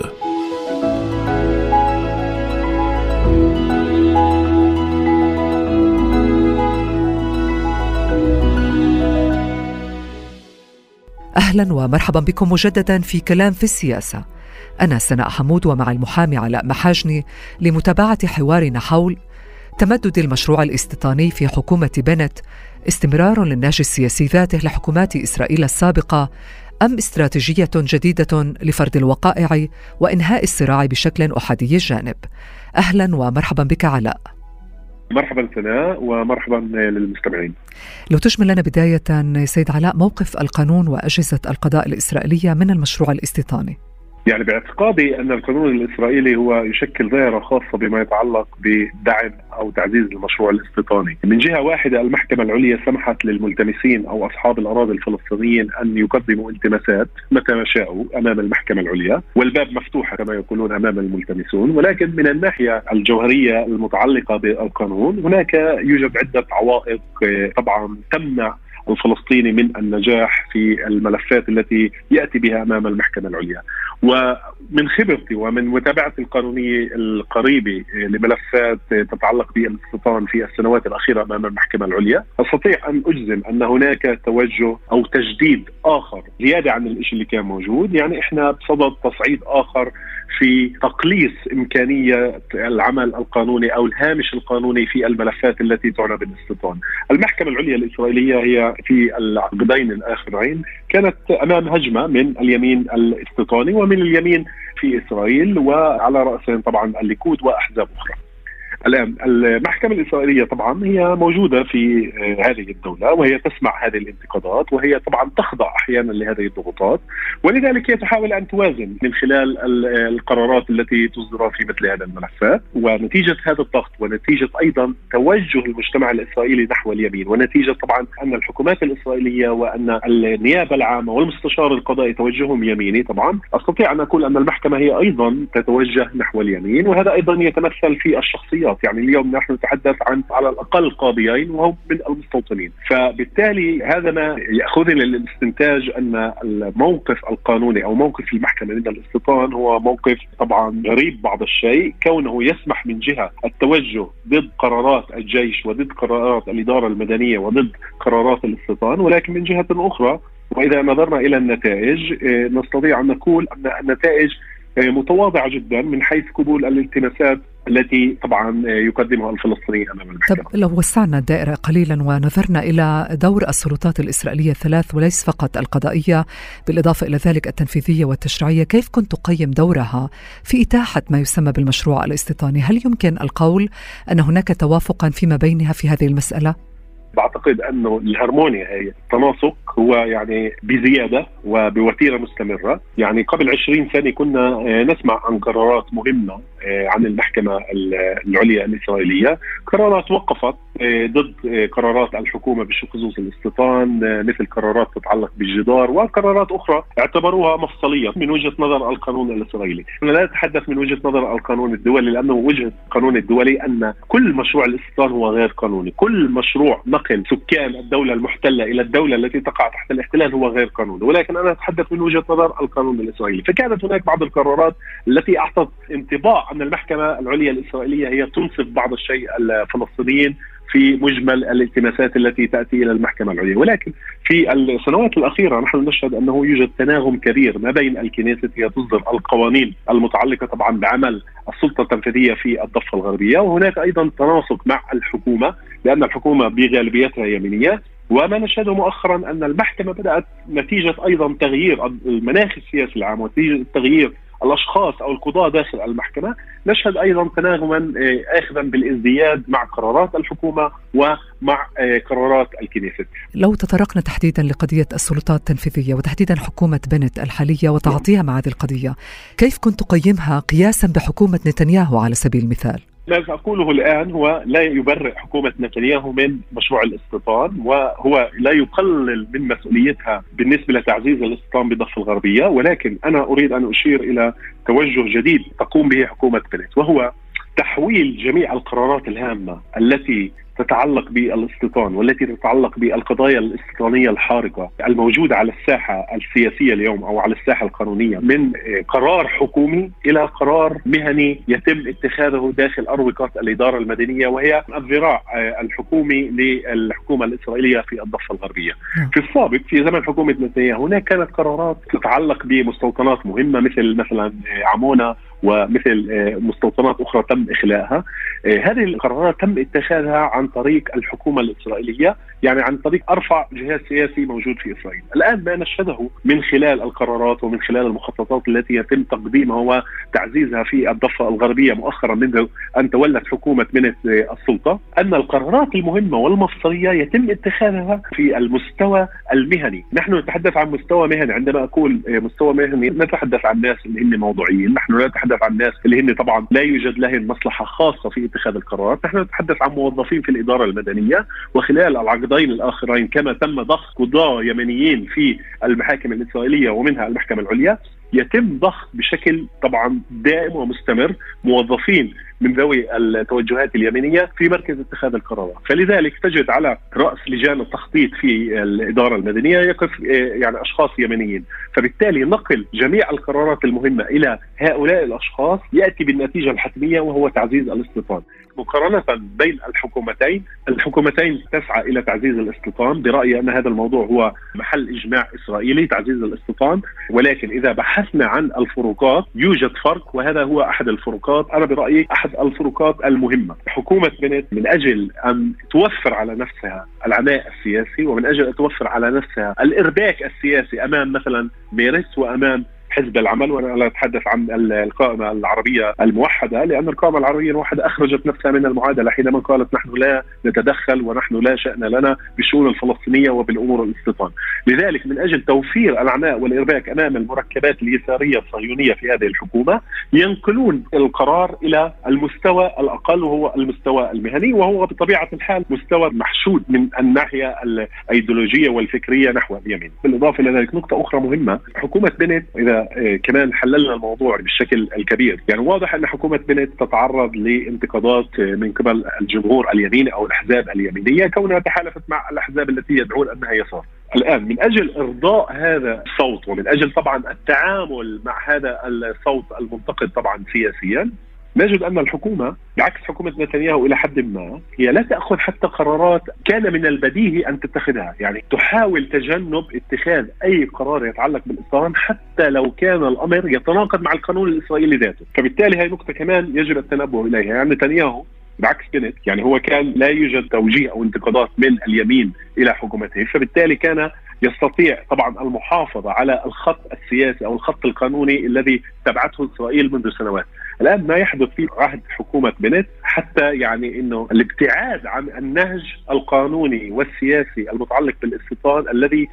أهلا ومرحبا بكم مجددا في كلام في السياسة. أنا سناء حمود ومع المحامي علاء محاجني لمتابعة حوارنا حول تمدد المشروع الاستيطاني في حكومة بنت، استمرار للنهج السياسي ذاته لحكومات إسرائيل السابقة، أم استراتيجية جديدة لفرض الوقائع وإنهاء الصراع بشكل أحادي الجانب؟ أهلا ومرحبا بك علاء. مرحبا سناء ومرحبا للمستمعين. لو تجمل لنا بداية سيد علاء موقف القانون وأجهزة القضاء الإسرائيلية من المشروع الاستيطاني. يعني باعتقادي أن القانون الإسرائيلي هو يشكل ظاهرة خاصة بما يتعلق بدعم أو تعزيز المشروع الاستيطاني. من جهة واحدة المحكمة العليا سمحت للملتمسين أو أصحاب الأراضي الفلسطينيين أن يقدموا التماسات متى ما شاءوا أمام المحكمة العليا، والباب مفتوح كما يقولون أمام الملتمسون. ولكن من الناحية الجوهرية المتعلقة بالقانون هناك يوجد عدة عوائق طبعا تمنع الفلسطيني من النجاح في الملفات التي يأتي بها أمام المحكمة العليا. ومن خبرتي ومن متابعة القانونية القريبة لملفات تتعلق بالاستيطان في السنوات الأخيرة أمام المحكمة العليا، أستطيع أن أجزم أن هناك توجه أو تجديد آخر زيادة عن الشيء اللي كان موجود. يعني إحنا بصدد تصعيد آخر في تقليص إمكانية العمل القانوني أو الهامش القانوني في الملفات التي تعنى بالاستيطان. المحكمة العليا الإسرائيلية هي في العقدين الآخرين كانت أمام هجمة من اليمين الاستيطاني ومن اليمين في إسرائيل، وعلى رأسهم طبعا الليكود وأحزاب أخرى. الآن المحكمة الإسرائيلية طبعا هي موجودة في هذه الدولة وهي تسمع هذه الانتقادات، وهي طبعا تخضع أحيانا لهذه الضغوطات، ولذلك هي تحاول أن توازن من خلال القرارات التي تصدر في مثل هذه الملفات. ونتيجة هذا الضغط ونتيجة أيضا توجه المجتمع الإسرائيلي نحو اليمين، ونتيجة طبعا أن الحكومات الإسرائيلية وأن النيابة العامة والمستشار القضائي توجههم يميني، طبعا أستطيع أن أقول أن المحكمة هي أيضا تتوجه نحو اليمين، وهذا أيضا يتمثل في الشخصيات. يعني اليوم نحن نتحدث عن على الأقل قاضيين وهم من المستوطنين، فبالتالي هذا ما يأخذنا للاستنتاج أن الموقف القانوني أو موقف المحكمة من الاستيطان هو موقف طبعا غريب بعض الشيء، كونه يسمح من جهة التوجه ضد قرارات الجيش وضد قرارات الإدارة المدنية وضد قرارات الاستيطان، ولكن من جهة أخرى وإذا نظرنا إلى النتائج نستطيع أن نقول أن النتائج متواضعة جدا من حيث قبول الالتماسات التي طبعا يقدمها الفلسطينيين أمام المحكمة. طب لو وسعنا الدائرة قليلا ونظرنا إلى دور السلطات الإسرائيلية الثلاث وليس فقط القضائية بالإضافة إلى ذلك التنفيذية والتشريعية، كيف كنت تقيم دورها في إتاحة ما يسمى بالمشروع الاستيطاني؟ هل يمكن القول أن هناك توافقا فيما بينها في هذه المسألة؟ بعتقد أنه الهرمونيا هي التناسق هو يعني بزيادة وبوتيرة مستمرة. يعني قبل عشرين سنة كنا نسمع عن قرارات مهمة عن المحكمة العليا الإسرائيلية، قرارات وقفت ضد قرارات الحكومة بخصوص الاستيطان، مثل قرارات تتعلق بالجدار وقرارات أخرى اعتبروها مفصلية من وجهة نظر القانون الإسرائيلي. أنا لا أتحدث من وجهة نظر القانون الدولي، لأنه وجهة القانون الدولي أن كل مشروع الاستيطان هو غير قانوني. كل مشروع نقل سكان الدولة المحتلة إلى الدولة التي تقع تحت الاحتلال هو غير قانوني، ولكن أنا أتحدث من وجهة نظر القانون الإسرائيلي. فكانت هناك بعض القرارات التي أعطت انطباع أن المحكمة العليا الإسرائيلية هي تنصف بعض الشيء الفلسطينيين في مجمل الالتماسات التي تأتي إلى المحكمة العليا. ولكن في السنوات الأخيرة نحن نشهد أنه يوجد تناغم كبير ما بين الكنيست، هي تصدر القوانين المتعلقة طبعا بعمل السلطة التنفيذية في الضفة الغربية، وهناك أيضا تناسق مع الحكومة لأن الحكومة بغالبيتها يمينية. وما نشهده مؤخرا أن المحكمة بدأت نتيجة أيضا تغيير المناخ السياسي العام ونتيجة تغيير الأشخاص أو القضاة داخل المحكمة، نشهد أيضا تناغما آخذا بالازدياد مع قرارات الحكومة ومع قرارات الكنيست. لو تطرقنا تحديدا لقضية السلطات التنفيذية وتحديدا حكومة بنت الحالية وتعاطيها مع هذه القضية، كيف كنت تقيمها قياسا بحكومة نتنياهو على سبيل المثال؟ ما أقوله الآن هو لا يبرئ حكومة نتنياهو من مشروع الاستيطان، وهو لا يقلل من مسؤوليتها بالنسبة لتعزيز الاستيطان بالضفة الغربية، ولكن أنا أريد أن أشير إلى توجه جديد تقوم به حكومة بنت، وهو تحويل جميع القرارات الهامة التي تتعلق بالاستيطان والتي تتعلق بالقضايا الاستيطانية الحارقة الموجودة على الساحة السياسية اليوم أو على الساحة القانونية من قرار حكومي إلى قرار مهني يتم اتخاذه داخل أروقة الإدارة المدنية، وهي الذراع الحكومي للحكومة الإسرائيلية في الضفة الغربية. في السابق في زمن حكومة نتنياهو هناك كانت قرارات تتعلق بمستوطنات مهمة مثل مثلا عمونة ومثل مستوطنات أخرى تم إخلاءها. هذه القرارات تم اتخاذها عن طريق الحكومة الإسرائيلية، يعني عن طريق أرفع جهاز سياسي موجود في إسرائيل. الآن ما نشهده من خلال القرارات ومن خلال المخططات التي يتم تقديمها وتعزيزها في الضفة الغربية مؤخرا منذ أن تولت حكومة بنت السلطة، أن القرارات المهمة والمفصلية يتم اتخاذها في المستوى المهني. نحن نتحدث عن مستوى مهني، عندما أقول مستوى مهني نتحدث عن ناس اللي هم موضوعيين، نحن لا نتحدث عن ناس اللي هم طبعا لا يوجد لهم مصلحة خاصة في اتخاذ القرارات، نحن نتحدث عن موظفين في الإدارة المدنية. وخلال العقدين الآخرين كما تم ضخ قضاة يمنيين في المحاكم الإسرائيلية ومنها المحكمة العليا، يتم ضخ بشكل طبعا دائم ومستمر موظفين من ذوي التوجهات اليمينية في مركز اتخاذ القرارات. فلذلك تجد على رأس لجان التخطيط في الإدارة المدنية يقف يعني أشخاص يمنيين، فبالتالي نقل جميع القرارات المهمة إلى هؤلاء الأشخاص يأتي بالنتيجة الحتمية وهو تعزيز الاستيطان. مقارنة بين الحكومتين، الحكومتين تسعى إلى تعزيز الاستيطان، برأيي أن هذا الموضوع هو محل إجماع إسرائيلي تعزيز الاستيطان، ولكن إذا بحثنا عن الفروقات يوجد فرق، وهذا هو أحد الفروقات، أنا برأيي أحد الفروقات المهمة. حكومة بنت من أجل أن توفر على نفسها العناء السياسي ومن أجل أن توفر على نفسها الإرباك السياسي أمام مثلا ميرس وأمام حزب العمل، وانا لا اتحدث عن القائمه العربيه الموحده، لان القائمه العربيه الموحده اخرجت نفسها من المعادله حينما قالت نحن لا نتدخل ونحن لا شأن لنا بالشؤون الفلسطينيه وبالامور الاستيطان. لذلك من اجل توفير العناء والارباك امام المركبات اليساريه الصهيونيه في هذه الحكومه ينقلون القرار الى المستوى الاقل وهو المستوى المهني، وهو بطبيعه الحال مستوى محشود من الناحيه الايديولوجيه والفكريه نحو اليمين. بالاضافه الى ذلك نقطه اخرى مهمه، حكومه بنت اذا كمان حللنا الموضوع بالشكل الكبير، يعني واضح أن حكومة بنت تتعرض لانتقادات من قبل الجمهور اليميني أو الأحزاب اليمينية كونها تحالفت مع الأحزاب التي يدعون أنها يسار. الآن من أجل إرضاء هذا الصوت ومن أجل طبعا التعامل مع هذا الصوت المنتقد طبعا سياسيا، نجد أن الحكومة بعكس حكومة نتنياهو إلى حد ما هي لا تأخذ حتى قرارات كان من البديهي أن تتخذها، يعني تحاول تجنب اتخاذ أي قرار يتعلق بالاستيطان حتى لو كان الأمر يتناقض مع القانون الإسرائيلي ذاته. فبالتالي هاي نقطة كمان يجب التنبه إليها. يعني نتنياهو بعكس بنت يعني هو كان لا يوجد توجيه أو انتقادات من اليمين إلى حكومته، فبالتالي كان يستطيع طبعا المحافظة على الخط السياسي أو الخط القانوني الذي تبعته إسرائيل منذ سنوات. الآن ما يحدث في عهد حكومة بنت حتى يعني أنه الابتعاد عن النهج القانوني والسياسي المتعلق بالاستيطان الذي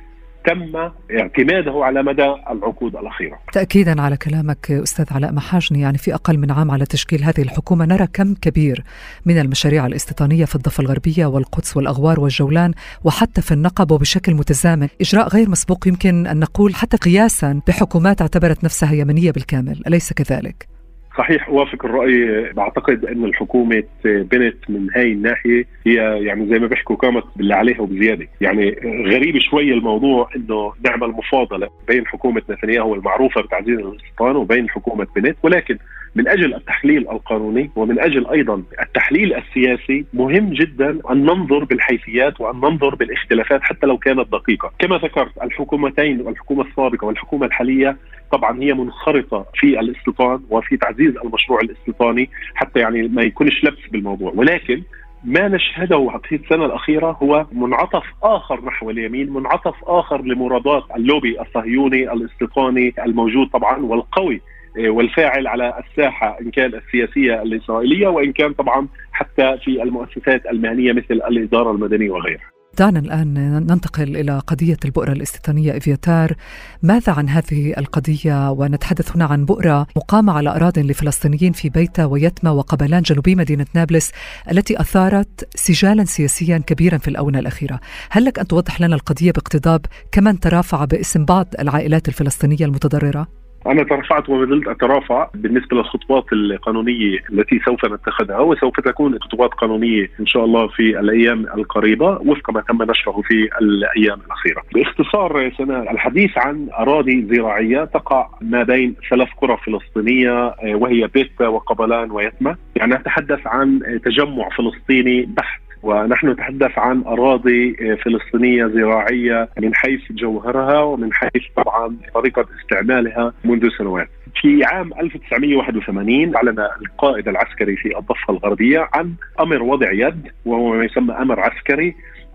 تم اعتماده على مدى العقود الأخيرة. تأكيدا على كلامك أستاذ علاء محاجني، يعني في أقل من عام على تشكيل هذه الحكومة نرى كم كبير من المشاريع الاستيطانية في الضفة الغربية والقدس والأغوار والجولان وحتى في النقب وبشكل متزامن، إجراء غير مسبوق يمكن أن نقول حتى قياسا بحكومات اعتبرت نفسها يمنية بالكامل، أليس كذلك؟ صحيح، أوافق الرأي. بعتقد أن الحكومة بنت من هاي الناحية هي يعني زي ما بيحكوا قامت باللي عليها وبزيادة. يعني غريب شوية الموضوع أنه نعمل مفاضلة بين حكومة نتنياهو المعروفة بتعزيز الاستيطان وبين حكومة بنت، ولكن من أجل التحليل القانوني ومن أجل أيضا التحليل السياسي مهم جدا أن ننظر بالحيثيات وأن ننظر بالاختلافات حتى لو كانت دقيقة. كما ذكرت الحكومتين والحكومة السابقة والحكومة الحالية طبعا هي منخرطة في الاستيطان وفي تعزيز المشروع الاستيطاني حتى يعني ما يكونش لبس بالموضوع، ولكن ما نشهده في السنة الأخيرة هو منعطف آخر نحو اليمين، منعطف آخر لمرادات اللوبي الصهيوني الاستيطاني الموجود طبعا والقوي والفاعل على الساحة إن كان السياسية الإسرائيلية وإن كان طبعا حتى في المؤسسات المهنية مثل الإدارة المدنية وغيرها. دعنا الآن ننتقل إلى قضية البؤرة الاستيطانية. إفياتار، ماذا عن هذه القضية؟ ونتحدث هنا عن بؤرة مقامة على أراضٍ لفلسطينيين في بيتا ويتمة وقبلان جنوبي مدينة نابلس التي أثارت سجالا سياسيا كبيرا في الآونة الأخيرة. هل لك أن توضح لنا القضية باقتضاب كمن ترافع باسم بعض العائلات الفلسطينية المتضررة؟ أنا ترفعت وما زلت أترافع بالنسبة للخطوات القانونية التي سوف نتخذها وسوف تكون خطوات قانونية إن شاء الله في الأيام القريبة وفق ما تم نشره في الأيام الأخيرة. باختصار سنة الحديث عن أراضي زراعية تقع ما بين ثلاث قرى فلسطينية وهي بيتا وقبلان ويتمة، يعني نتحدث عن تجمع فلسطيني بحت، ونحن نتحدث عن أراضي فلسطينية زراعية من حيث جوهرها ومن حيث طبعا طريقة استعمالها منذ سنوات. في عام ألف وتسعمائة وواحد وثمانين أعلن القائد العسكري في الضفة الغربية عن أمر وضع يد وهو ما يسمى أمر عسكري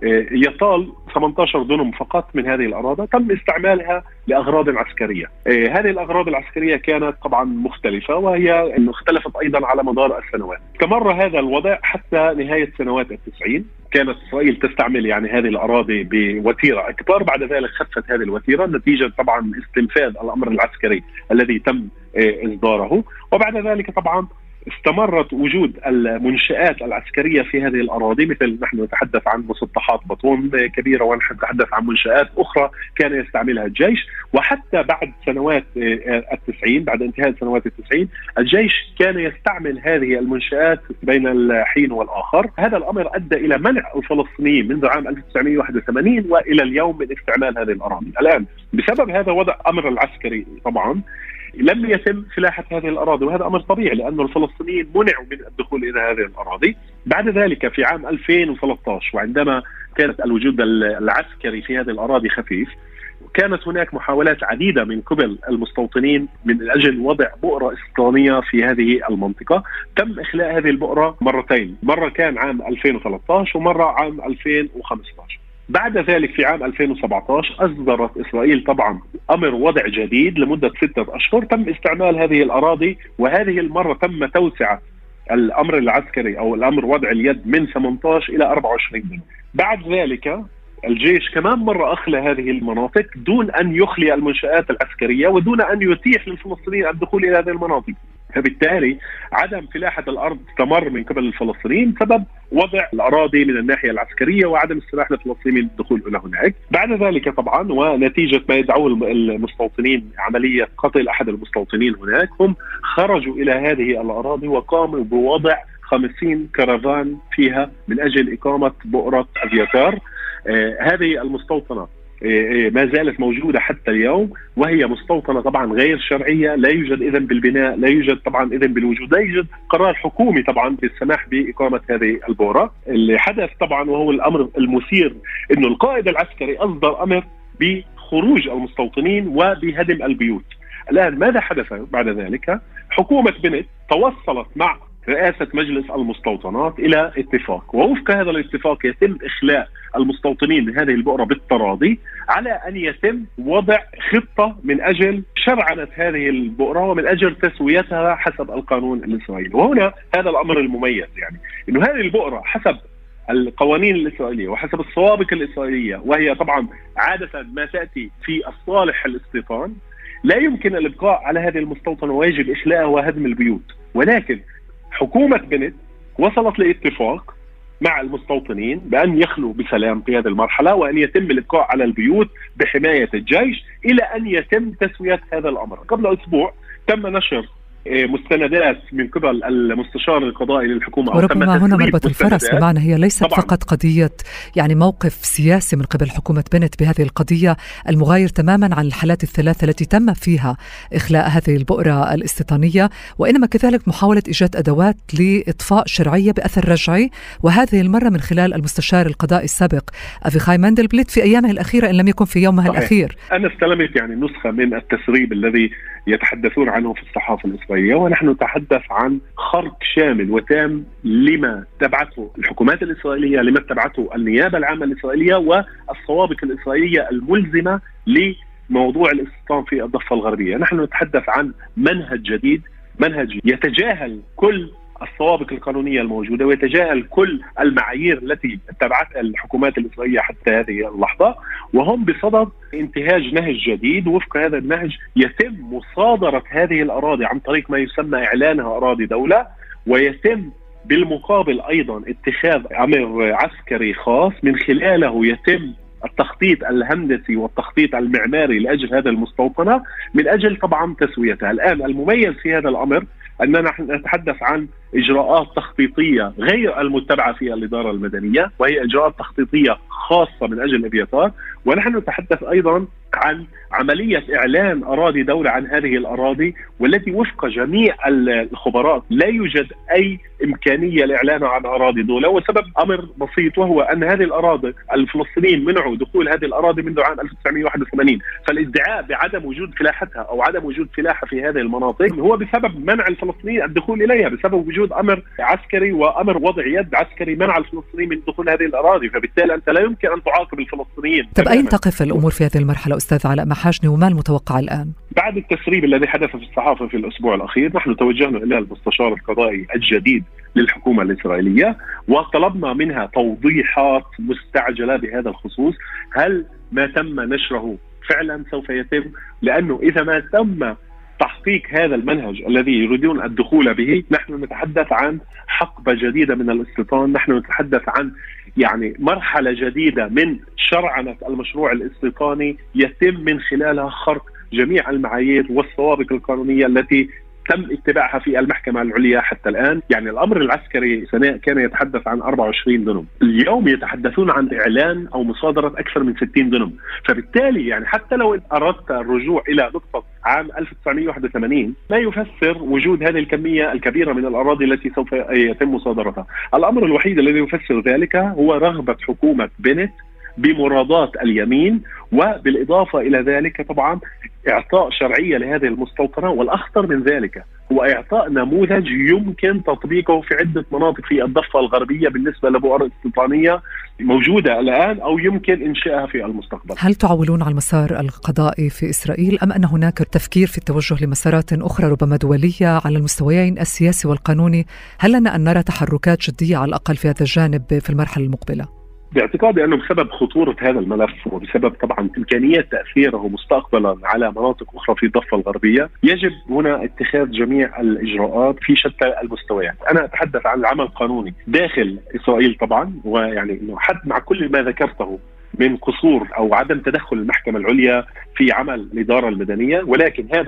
يطال ثمانية عشر دنم فقط من هذه الأراضي تم استعمالها لأغراض عسكرية. هذه الأغراض العسكرية كانت طبعا مختلفة وهي أنه اختلفت أيضا على مدار السنوات. استمر هذا الوضع حتى نهاية سنوات التسعين. كانت إسرائيل تستعمل يعني هذه الأراضي بوتيرة أكبر، بعد ذلك خفت هذه الوتيرة نتيجة طبعا استنفاذ الأمر العسكري الذي تم إصداره، وبعد ذلك طبعا استمرت وجود المنشآت العسكرية في هذه الأراضي، مثل نحن نتحدث عن مسطحات بطون كبيرة ونحن نتحدث عن منشآت أخرى كان يستعملها الجيش. وحتى بعد سنوات التسعين، بعد انتهاء سنوات التسعين، الجيش كان يستعمل هذه المنشآت بين الحين والآخر. هذا الأمر أدى إلى منع الفلسطينيين منذ عام ألف وتسعمائة وواحد وثمانين وإلى اليوم من استعمال هذه الأراضي. الآن بسبب هذا وضع أمر العسكري طبعا لم يتم فلاحة هذه الأراضي، وهذا أمر طبيعي لأن الفلسطينيين منعوا من الدخول إلى هذه الأراضي. بعد ذلك في عام ألفين وثلاثة عشر وعندما كانت الوجود العسكري في هذه الأراضي خفيف، كانت هناك محاولات عديدة من قبل المستوطنين من أجل وضع بؤرة استيطانية في هذه المنطقة. تم إخلاء هذه البؤرة مرتين، مرة كان عام ألفين وثلاثة عشر ومرة عام ألفين وخمسة عشر. بعد ذلك في عام ألفين وسبعة عشر أصدرت إسرائيل طبعا أمر وضع جديد لمدة ستة أشهر تم استعمال هذه الأراضي، وهذه المرة تم توسعة الأمر العسكري أو الأمر وضع اليد من ثمانية عشر إلى أربعة وعشرين دنم. بعد ذلك الجيش كمان مرة أخلى هذه المناطق دون أن يخلي المنشآت العسكرية ودون أن يتيح للفلسطينيين الدخول إلى هذه المناطق. فبالتالي عدم فلاحة الأرض استمر من قبل الفلسطينيين بسبب وضع الأراضي من الناحية العسكرية وعدم السماح للفلسطينيين بالدخول إلى هناك. بعد ذلك طبعا ونتيجة ما يدعوه المستوطنين عملية قتل أحد المستوطنين هناك، هم خرجوا إلى هذه الأراضي وقاموا بوضع خمسين كرفان فيها من أجل إقامة بؤرة أفياتار. آه هذه المستوطنة ما زالت موجودة حتى اليوم، وهي مستوطنة طبعا غير شرعية. لا يوجد إذن بالبناء، لا يوجد طبعا إذن بالوجود، لا يوجد قرار حكومي طبعا بالسماح بإقامة هذه البؤرة. اللي حدث طبعا وهو الأمر المثير إنه القائد العسكري أصدر أمر بخروج المستوطنين وبهدم البيوت. الآن ماذا حدث بعد ذلك؟ حكومة بنت توصلت مع رئاسة مجلس المستوطنات إلى اتفاق، ووفق هذا الاتفاق يتم إخلاء المستوطنين من هذه البؤرة بالتراضي، على أن يتم وضع خطة من أجل شرعنة هذه البؤرة ومن أجل تسويتها حسب القانون الإسرائيلي. وهنا هذا الأمر المميز، يعني إنه هذه البؤرة حسب القوانين الإسرائيلية وحسب السوابق الإسرائيلية، وهي طبعا عادة ما تأتي في الصالح الاستيطان، لا يمكن الإبقاء على هذه المستوطنة ويجب إخلاءها وهدم البيوت. ولكن حكومة بنت وصلت لاتفاق مع المستوطنين بأن يخلوا بسلام في هذه المرحلة، وأن يتم الإبقاء على البيوت بحماية الجيش إلى أن يتم تسوية هذا الأمر. قبل أسبوع تم نشر مستندات من قبل المستشار القضائي للحكومة، وربما هنا مربط الفرس، بمعنى هي ليست طبعاً فقط قضية يعني موقف سياسي من قبل حكومة بنت بهذه القضية المغاير تماما عن الحالات الثلاثة التي تم فيها إخلاء هذه البؤرة الاستيطانية، وإنما كذلك محاولة إيجاد أدوات لإطفاء شرعية بأثر رجعي، وهذه المرة من خلال المستشار القضائي السابق أفيخاي مندلبليت في أيامه الأخيرة إن لم يكن في يومها صحيح. الأخير أنا استلمت يعني نسخة من التسريب الذي يتحدثون عنه في الصحافة الإسرائيلية، ونحن نتحدث عن خرق شامل وتام لما تبعته الحكومات الإسرائيلية، لما تبعته النيابة العامة الإسرائيلية والسوابق الإسرائيلية الملزمة لموضوع الاستيطان في الضفة الغربية. نحن نتحدث عن منهج جديد، منهج يتجاهل كل السوابق القانونية الموجودة ويتجاهل كل المعايير التي اتبعتها الحكومات الإسرائيلية حتى هذه اللحظة، وهم بصدد انتهاج نهج جديد. وفق هذا النهج يتم مصادرة هذه الأراضي عن طريق ما يسمى إعلانها أراضي دولة، ويتم بالمقابل أيضا اتخاذ أمر عسكري خاص من خلاله يتم التخطيط الهندسي والتخطيط المعماري لأجل هذا المستوطنة من أجل طبعا تسويتها. الآن المميز في هذا الأمر أننا نتحدث عن إجراءات تخطيطية غير المتبعة في الإدارة المدنية، وهي إجراءات تخطيطية خاصة من أجل أبياتار. ونحن نتحدث أيضا عن عملية إعلان أراضي دولة عن هذه الأراضي، والتي وفق جميع الخبراء لا يوجد أي إمكانية لإعلانها عن أراضي دولة، وسبب أمر بسيط، وهو أن هذه الأراضي الفلسطينيين منعوا دخول هذه الأراضي منذ عام ألف وتسعمائة وواحد وثمانين، فالادعاء بعدم وجود فلاحتها أو عدم وجود فلاحة في هذه المناطق هو بسبب منع الفلسطينيين الدخول إليها، بسبب وجود أمر عسكري وأمر وضع يد عسكري منع الفلسطينيين من دخول هذه الأراضي. فبالتالي أنت لا يمكن أن تعاقب الفلسطينيين. طب أين تقف الأمور في هذه المرحلة أستاذ علاء محاجني، وما المتوقع الآن؟ بعد التسريب الذي حدث في الصحافة في الأسبوع الأخير، نحن توجهنا إلى المستشار القضائي الجديد للحكومة الإسرائيلية وطلبنا منها توضيحات مستعجلة بهذا الخصوص. هل ما تم نشره فعلا سوف يتم؟ لأنه إذا ما تم تحقيق هذا المنهج الذي يريدون الدخول به، نحن نتحدث عن حقبة جديدة من الاستيطان، نحن نتحدث عن يعني مرحلة جديدة من شرعنة المشروع الاستيطاني يتم من خلالها خرق جميع المعايير والسوابق القانونية التي تم اتباعها في المحكمة العليا حتى الآن. يعني الأمر العسكري سنة كان يتحدث عن أربعة وعشرين دنم، اليوم يتحدثون عن إعلان أو مصادرة أكثر من ستين دنم. فبالتالي يعني حتى لو أردت الرجوع إلى نقطة عام ألف وتسعمائة وواحد وثمانين لا يفسر وجود هذه الكمية الكبيرة من الأراضي التي سوف يتم مصادرتها. الأمر الوحيد الذي يفسر ذلك هو رغبة حكومة بنت بمرادات اليمين، وبالإضافة إلى ذلك طبعا إعطاء شرعية لهذه المستوطنة، والأخطر من ذلك هو إعطاء نموذج يمكن تطبيقه في عدة مناطق في الضفة الغربية بالنسبة لبؤر استيطانية موجودة الآن أو يمكن إنشائها في المستقبل. هل تعولون على المسار القضائي في إسرائيل، أم أن هناك تفكير في التوجه لمسارات أخرى ربما دولية على المستويين السياسي والقانوني؟ هل لنا أن نرى تحركات جدية على الأقل في هذا الجانب في المرحلة المقبلة؟ باعتقادي أنه بسبب خطورة هذا الملف وبسبب طبعا إمكانية تأثيره مستقبلا على مناطق أخرى في الضفة الغربية، يجب هنا اتخاذ جميع الإجراءات في شتى المستويات. أنا أتحدث عن العمل القانوني داخل إسرائيل طبعا، ويعني إنه حد مع كل ما ذكرته من قصور أو عدم تدخل المحكمة العليا في عمل الإدارة المدنية، ولكن هذا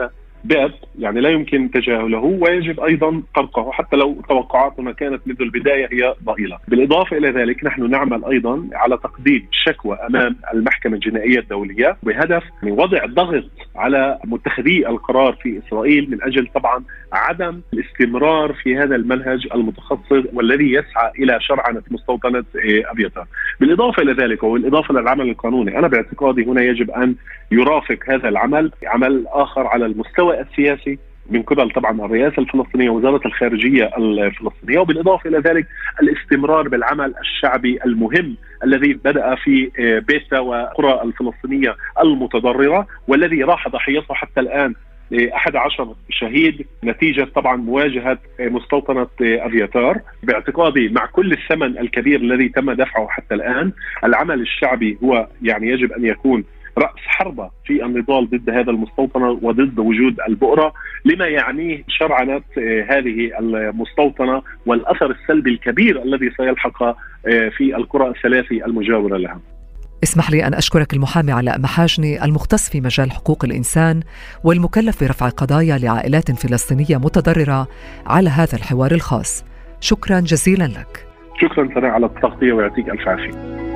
باب يعني لا يمكن تجاهله، ويجب أيضا طرقه حتى لو توقعاتنا كانت منذ البداية هي ضئيلة. بالإضافة إلى ذلك نحن نعمل أيضا على تقديم شكوى أمام المحكمة الجنائية الدولية بهدف وضع ضغط على متخذي القرار في إسرائيل من أجل طبعا عدم الاستمرار في هذا المنهج المتخصص والذي يسعى إلى شرعنة مستوطنة أبيتار. بالإضافة إلى ذلك وبالإضافة للعمل القانوني، أنا باعتقادي هنا يجب أن يرافق هذا العمل عمل آخر على المستوى السياسي من قبل طبعا الرئاسة الفلسطينية ووزارة الخارجية الفلسطينية، وبالإضافة إلى ذلك الاستمرار بالعمل الشعبي المهم الذي بدأ في بيتا وقرى الفلسطينية المتضررة والذي راح ضحيته حتى الآن أحد عشر شهيد نتيجة طبعا مواجهة مستوطنة أبيتار. باعتقادي مع كل الثمن الكبير الذي تم دفعه حتى الآن، العمل الشعبي هو يعني يجب أن يكون رأس حربة في النضال ضد هذا المستوطنة وضد وجود البؤرة لما يعنيه شرعنة هذه المستوطنة والأثر السلبي الكبير الذي سيلحق في القرى الثلاث المجاورة لها. اسمح لي أن أشكرك المحامي علاء محاجني المختص في مجال حقوق الإنسان والمكلف برفع قضايا لعائلات فلسطينية متضررة على هذا الحوار الخاص. شكرا جزيلا لك. شكرا سناء على التغطية ويعطيك ألف عافية.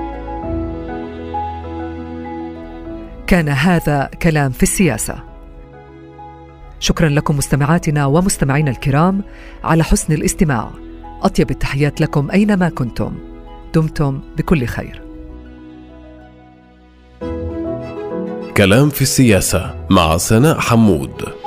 كان هذا كلام في السياسة. شكرا لكم مستمعاتنا ومستمعينا الكرام على حسن الاستماع. أطيب التحيات لكم أينما كنتم. دمتم بكل خير. كلام في السياسة مع سناء حمود.